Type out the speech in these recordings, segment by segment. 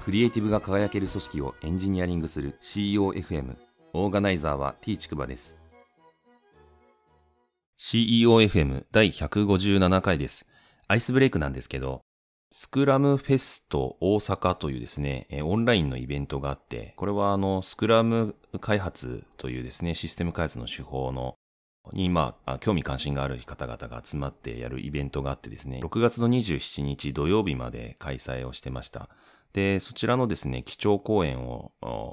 クリエイティブが輝ける組織をエンジニアリングする CEOFM。オーガナイザーは T ちくばです。CEOFM 第157回です。アイスブレイクなんですけど、スクラムフェスト大阪というですね、オンラインのイベントがあって、これはスクラム開発というですね、システム開発の手法に興味関心がある方々が集まってやるイベントがあってですね、6月の27日土曜日まで開催をしてました。で、そちらのですね、基調講演を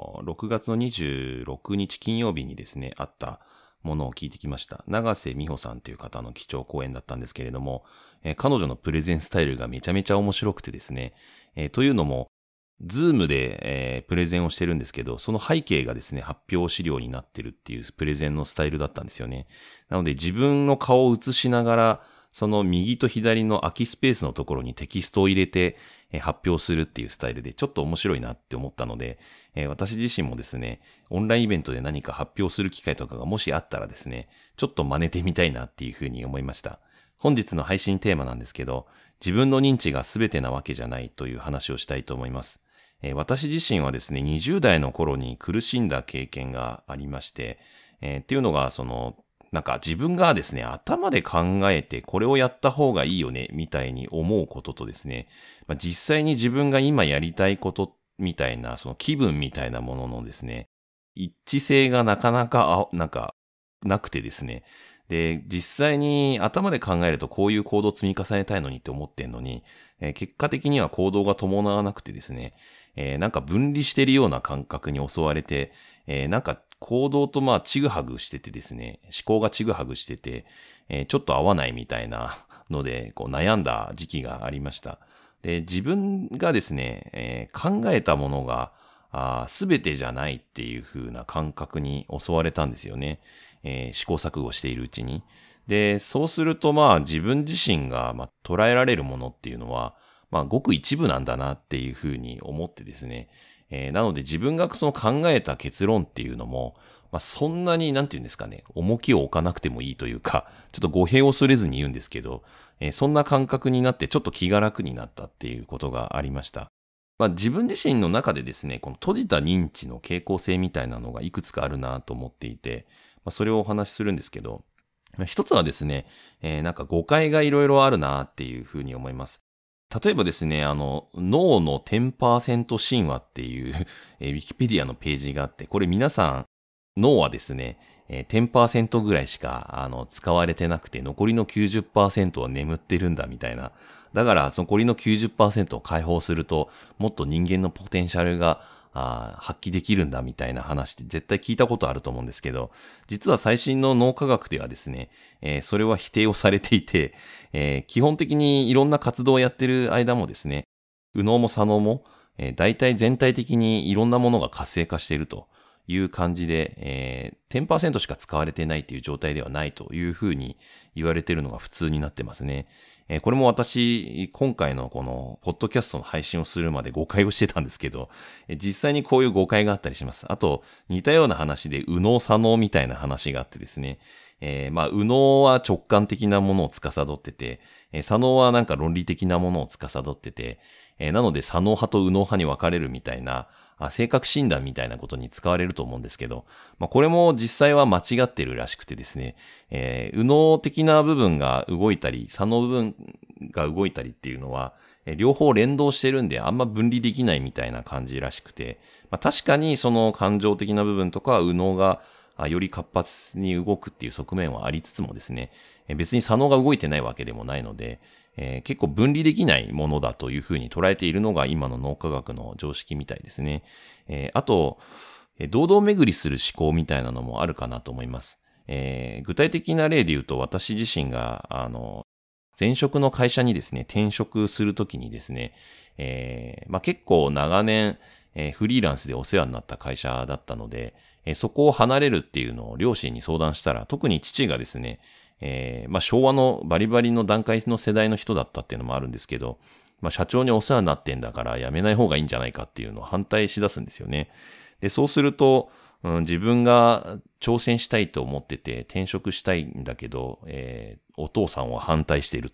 6月の26日金曜日にですね、あったものを聞いてきました。長瀬美穂さんという方の基調講演だったんですけれども、彼女のプレゼンスタイルがめちゃめちゃ面白くてですね、というのも、ズームで、プレゼンをしてるんですけど、その背景がですね、発表資料になってるっていうプレゼンのスタイルだったんですよね。なので自分の顔を映しながら、その右と左の空きスペースのところにテキストを入れて、発表するっていうスタイルでちょっと面白いなって思ったので、私自身もですね、オンラインイベントで何か発表する機会とかがもしあったらですね、ちょっと真似てみたいなっていうふうに思いました。本日の配信テーマなんですけど、自分の認知が全てなわけじゃないという話をしたいと思います。私自身はですね、20代の頃に苦しんだ経験がありまして、っていうのが自分がですね、頭で考えてこれをやった方がいいよね、みたいに思うこととですね、実際に自分が今やりたいことみたいな、その気分みたいなもののですね、一致性がなかなかなくてですね、で、実際に頭で考えるとこういう行動を積み重ねたいのにって思ってんのに、結果的には行動が伴わなくてですね、分離しているような感覚に襲われて、行動とちぐはぐしててですね、思考がちぐはぐしてて、ちょっと合わないみたいなので、悩んだ時期がありました。で、自分がですね、考えたものが、すべてじゃないっていう風な感覚に襲われたんですよね。試行錯誤しているうちに。で、そうすると自分自身が捉えられるものっていうのは、ごく一部なんだなっていう風に思ってですね。なので自分がその考えた結論っていうのも、そんなに重きを置かなくてもいいというか、ちょっと語弊を恐れずに言うんですけど、そんな感覚になってちょっと気が楽になったっていうことがありました。自分自身の中でですね、この閉じた認知の傾向性みたいなのがいくつかあるなと思っていて、それをお話しするんですけど、一つはですね、誤解がいろいろあるなっていうふうに思います。例えばですね、脳の10%神話っていうウィキペディアのページがあって、これ皆さん、脳はですね、10% ぐらいしか、使われてなくて、残りの 90% は眠ってるんだみたいな。だから、残りの 90% を解放すると、もっと人間のポテンシャルが、発揮できるんだみたいな話って絶対聞いたことあると思うんですけど、実は最新の脳科学ではですね、それは否定をされていて、基本的にいろんな活動をやってる間もですね、右脳も左脳も、大体全体的にいろんなものが活性化しているという感じで、10% しか使われてないという状態ではないというふうに言われているのが普通になってますね。これも私、今回のこの、ポッドキャストの配信をするまで誤解をしてたんですけど、実際にこういう誤解があったりします。あと、似たような話で、右脳左脳みたいな話があってですね、右脳は直感的なものを司ってて、左脳は論理的なものを司ってて、なので左脳派と右脳派に分かれるみたいな、性格診断みたいなことに使われると思うんですけど、これも実際は間違ってるらしくてですね、右脳的な部分が動いたり、左脳部分が動いたりっていうのは、両方連動してるんであんま分離できないみたいな感じらしくて、確かにその感情的な部分とか右脳がより活発に動くっていう側面はありつつもですね、別に左脳が動いてないわけでもないので、結構分離できないものだというふうに捉えているのが今の脳科学の常識みたいですね。あと、堂々巡りする思考みたいなのもあるかなと思います。具体的な例で言うと私自身が前職の会社にですね、転職するときにですね、結構長年、フリーランスでお世話になった会社だったので、そこを離れるっていうのを両親に相談したら、特に父がですね、昭和のバリバリの段階の世代の人だったっていうのもあるんですけど、社長にお世話になってんだから辞めない方がいいんじゃないかっていうのを反対し出すんですよね。で、そうすると、自分が挑戦したいと思ってて転職したいんだけど、お父さんは反対していると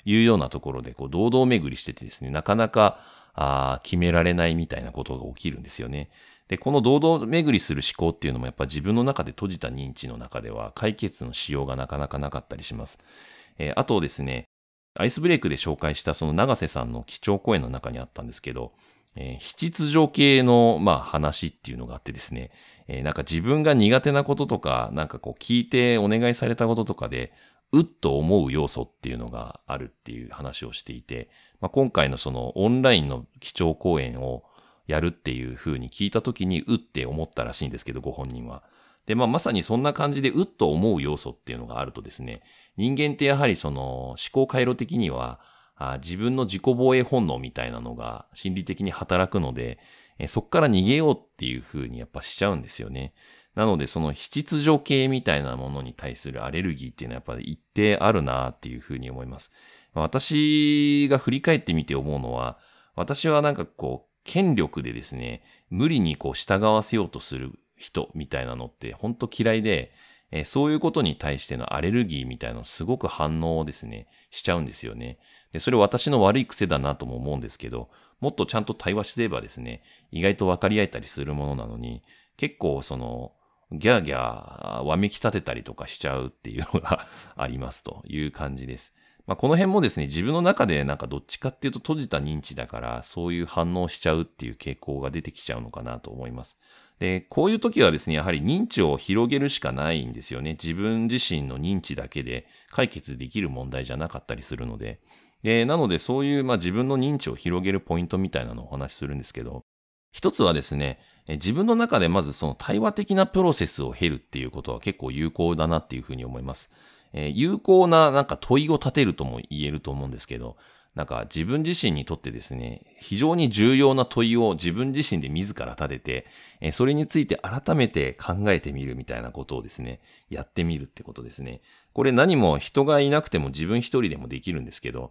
いうようなところで、こう、堂々巡りしててですね、なかなか、決められないみたいなことが起きるんですよね。で、この堂々巡りする思考っていうのもやっぱ自分の中で閉じた認知の中では解決のしようがなかなかなかったりします。あとですね、アイスブレイクで紹介したその永瀬さんの基調講演の中にあったんですけど、非秩序系の、話っていうのがあってですね、なんか自分が苦手なこととか、なんかこう聞いてお願いされたこととかで、うっと思う要素っていうのがあるっていう話をしていて、今回のそのオンラインの基調講演をやるっていう風に聞いたときに、うって思ったらしいんですけど、ご本人は。で、まさにそんな感じで、うっと思う要素っていうのがあるとですね、人間ってやはりその思考回路的には、自分の自己防衛本能みたいなのが心理的に働くので、そっから逃げようっていう風にやっぱしちゃうんですよね。なのでその非秩序系みたいなものに対するアレルギーっていうのはやっぱり一定あるなっていう風に思います。私が振り返ってみて思うのは、私はなんかこう、権力でですね、無理にこう従わせようとする人みたいなのって本当嫌いで、そういうことに対してのアレルギーみたいなのすごく反応をですね、しちゃうんですよね。で、それ私の悪い癖だなとも思うんですけど、もっとちゃんと対話してればですね、意外と分かり合えたりするものなのに、結構その、ギャーギャーわめき立てたりとかしちゃうっていうのがありますという感じです。この辺もですね、自分の中でなんかどっちかっていうと閉じた認知だから、そういう反応しちゃうっていう傾向が出てきちゃうのかなと思います。で、こういう時はですね、やはり認知を広げるしかないんですよね。自分自身の認知だけで解決できる問題じゃなかったりするので。で、なのでそういう、自分の認知を広げるポイントみたいなのをお話しするんですけど、一つはですね、自分の中でまずその対話的なプロセスを経るっていうことは結構有効だなっていうふうに思います。有効ななんか問いを立てるとも言えると思うんですけど、なんか自分自身にとってですね、非常に重要な問いを自分自身で自ら立てて、それについて改めて考えてみるみたいなことをですね、やってみるってことですね。これ何も人がいなくても自分一人でもできるんですけど、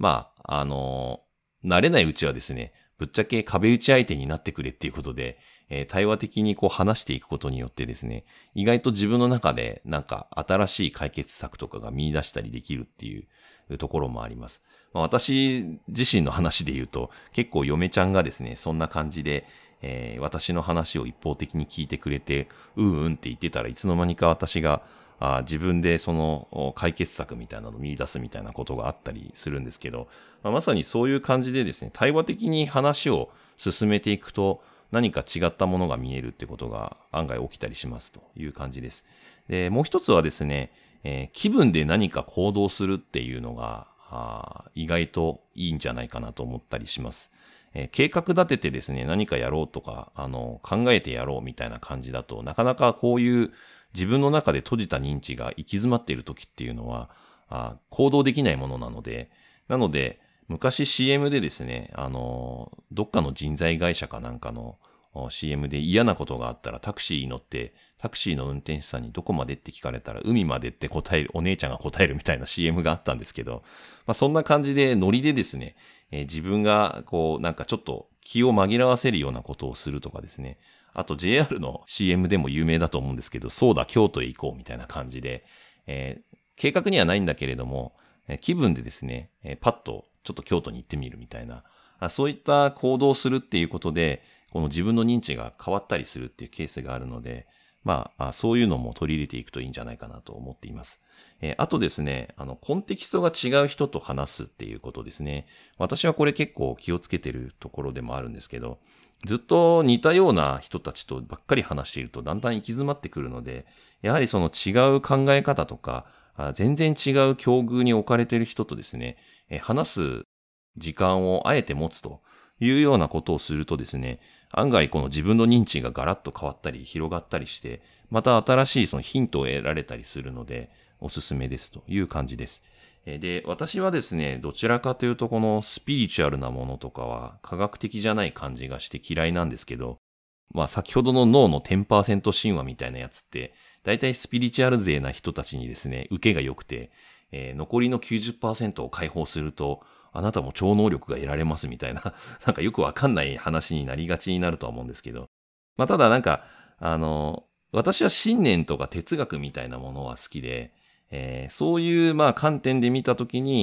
慣れないうちはですね、ぶっちゃけ壁打ち相手になってくれっていうことで、対話的にこう話していくことによってですね、意外と自分の中でなんか新しい解決策とかが見出したりできるっていうところもあります。私自身の話で言うと、結構嫁ちゃんがですね、そんな感じで、私の話を一方的に聞いてくれて、うんうんって言ってたらいつの間にか私が自分でその解決策みたいなのを見出すみたいなことがあったりするんですけど、まさにそういう感じでですね、対話的に話を進めていくと何か違ったものが見えるってことが案外起きたりしますという感じです。で、もう一つはですね、気分で何か行動するっていうのが意外といいんじゃないかなと思ったりします。計画立ててですね、何かやろうとか、考えてやろうみたいな感じだと、なかなかこういう自分の中で閉じた認知が行き詰まっている時っていうのは、行動できないものなので、昔 CM でですね、どっかの人材会社かなんかのCM で嫌なことがあったらタクシーに乗って、タクシーの運転手さんにどこまでって聞かれたら海までって答える、お姉ちゃんが答えるみたいな CM があったんですけど、そんな感じでノリでですね、自分がこうなんかちょっと気を紛らわせるようなことをするとかですね、あと JR の CM でも有名だと思うんですけど、そうだ京都へ行こうみたいな感じで、計画にはないんだけれども、気分でですね、パッとちょっと京都に行ってみるみたいな、そういった行動をするっていうことで、この自分の認知が変わったりするっていうケースがあるので、そういうのも取り入れていくといいんじゃないかなと思っています。あとですね、コンテキストが違う人と話すっていうことですね。私はこれ結構気をつけてるところでもあるんですけど、ずっと似たような人たちとばっかり話しているとだんだん行き詰まってくるので、やはりその違う考え方とか、全然違う境遇に置かれている人とですね、話す時間をあえて持つというようなことをするとですね、案外この自分の認知がガラッと変わったり広がったりして、また新しいそのヒントを得られたりするので、おすすめですという感じです。で、私はですね、どちらかというとこのスピリチュアルなものとかは科学的じゃない感じがして嫌いなんですけど、先ほどの脳の 10% 神話みたいなやつって、だいたいスピリチュアル勢な人たちにですね、受けが良くて、残りの 90% を解放すると、あなたも超能力が得られますみたいな、なんかよくわかんない話になりがちになるとは思うんですけど。ただなんか、私は信念とか哲学みたいなものは好きで、そういう観点で見たときに、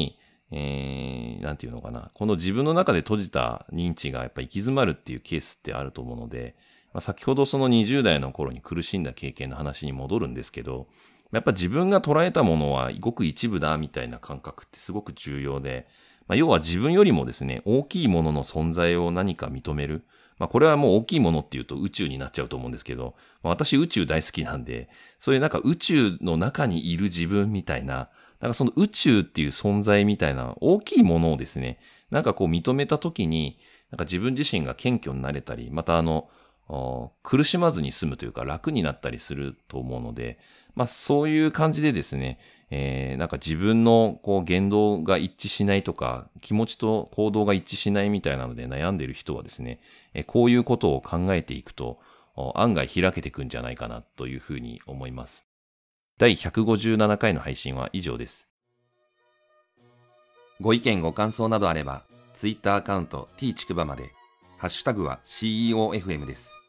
なんていうのかな。この自分の中で閉じた認知がやっぱ行き詰まるっていうケースってあると思うので、先ほどその20代の頃に苦しんだ経験の話に戻るんですけど、やっぱ自分が捉えたものはごく一部だみたいな感覚ってすごく重要で、要は自分よりもですね、大きいものの存在を何か認める。これはもう大きいものっていうと宇宙になっちゃうと思うんですけど、私宇宙大好きなんで、そういうなんか宇宙の中にいる自分みたいな、なんかその宇宙っていう存在みたいな大きいものをですね、なんかこう認めたときに、なんか自分自身が謙虚になれたり、また苦しまずに済むというか楽になったりすると思うので、そういう感じでですね、なんか自分のこう言動が一致しないとか、気持ちと行動が一致しないみたいなので悩んでいる人はですね、こういうことを考えていくと、案外開けていくんじゃないかなというふうに思います。第157回の配信は以上です。ご意見ご感想などあれば、Twitter アカウント t ちくばまで、ハッシュタグは CEOFM です。